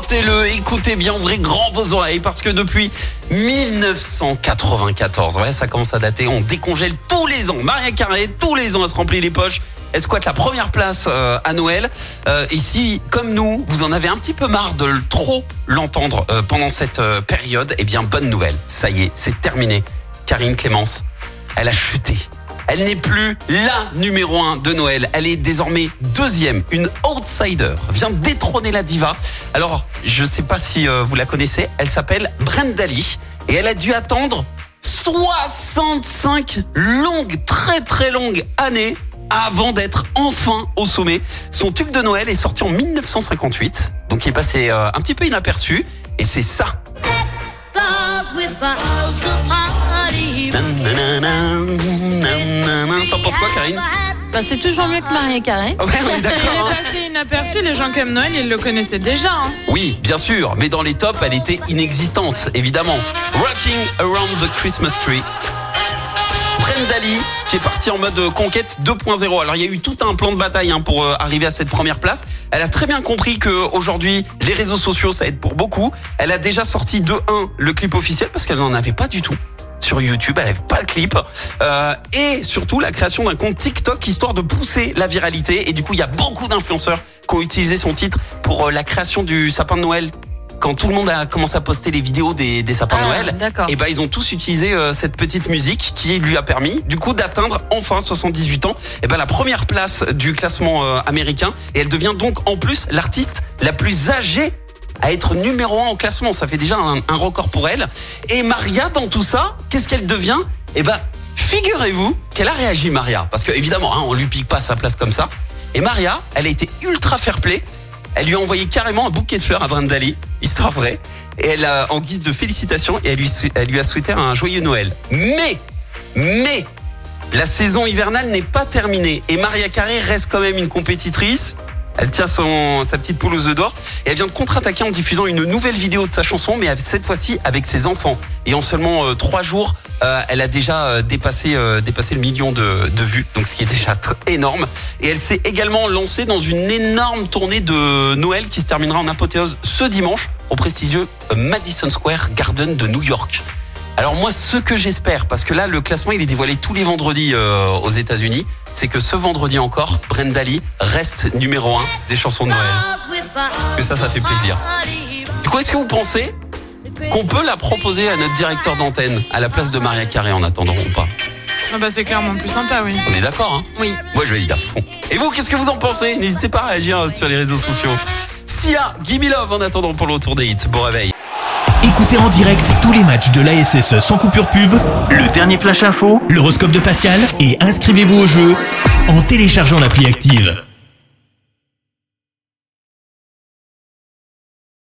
portez-le, écoutez bien, ouvrez grand vos oreilles parce que depuis 1994, ouais, ça commence à dater, on décongèle tous les ans. Mariah Carey, tous les ans, elle se remplit les poches. Elle squatte la première place à Noël. Et si, comme nous, vous en avez un petit peu marre de trop l'entendre pendant cette période, eh bien, bonne nouvelle. Ça y est, c'est terminé. Karine Clémence, elle a chuté. Elle n'est plus la numéro 1 de Noël. Elle est désormais deuxième. Une outsider vient détrôner la diva. Alors, je ne sais pas si vous la connaissez. Elle s'appelle Brenda Lee. Et elle a dû attendre 65 longues, très très longues années avant d'être enfin au sommet. Son tube de Noël est sorti en 1958. Donc il est passé un petit peu inaperçu. Et c'est ça. T'en penses quoi, Karine? Bah, c'est toujours mieux que Mariah Carey. Ouais, on est d'accord. Il est passé inaperçu, les gens qui aiment Noël, ils le connaissaient déjà. Hein. Oui, bien sûr, mais dans les tops, elle était inexistante, évidemment. Rocking Around the Christmas Tree. Brenda Lee, qui est partie en mode conquête 2.0. Alors, il y a eu tout un plan de bataille pour arriver à cette première place. Elle a très bien compris qu'aujourd'hui, les réseaux sociaux, ça aide pour beaucoup. Elle a déjà sorti de 1 le clip officiel parce qu'elle n'en avait pas du tout. Sur YouTube, elle n'avait pas de clip. Et surtout, la création d'un compte TikTok, histoire de pousser la viralité. Et du coup, il y a beaucoup d'influenceurs qui ont utilisé son titre pour la création du sapin de Noël. Quand tout le monde a commencé à poster les vidéos des sapins de Noël, et ben ils ont tous utilisé cette petite musique qui lui a permis du coup d'atteindre enfin 78 ans, et ben la première place du classement américain, et elle devient donc en plus l'artiste la plus âgée à être numéro 1 au classement. Ça fait déjà un record pour elle. Et Maria, dans tout ça, qu'est-ce qu'elle devient? Eh ben, figurez-vous qu'elle a réagi, Maria, parce que évidemment, on lui pique pas sa place comme ça. Et Maria, elle a été ultra fair-play. Elle lui a envoyé carrément un bouquet de fleurs à Brenda Lee, histoire vraie. Et elle a, en guise de félicitations, et elle lui a souhaité un joyeux Noël. Mais, la saison hivernale n'est pas terminée. Et Mariah Carey reste quand même une compétitrice. Elle tient sa petite poule aux œufs d'or et elle vient de contre-attaquer en diffusant une nouvelle vidéo de sa chanson, mais cette fois-ci avec ses enfants. Et en seulement 3 jours, elle a déjà dépassé le million de vues, donc ce qui est déjà énorme. Et elle s'est également lancée dans une énorme tournée de Noël qui se terminera en apothéose ce dimanche au prestigieux Madison Square Garden de New York. Alors moi, ce que j'espère, parce que là, le classement, il est dévoilé tous les vendredis aux États-Unis, c'est que ce vendredi encore, Brenda Lee reste numéro 1 des chansons de Noël. Que ça fait plaisir. Du coup, est-ce que vous pensez qu'on peut la proposer à notre directeur d'antenne à la place de Mariah Carey en attendant ou pas? Ah bah c'est clairement plus sympa, oui. On est d'accord, hein? Oui. Moi, je vais y aller à fond. Et vous, qu'est-ce que vous en pensez? N'hésitez pas à réagir sur les réseaux sociaux. Sia, Gimme Love en attendant pour le retour des hits. Bon réveil. Écoutez en direct tous les matchs de l'ASSE sans coupure pub, le dernier flash info, l'horoscope de Pascal et inscrivez-vous au jeu en téléchargeant l'appli Active.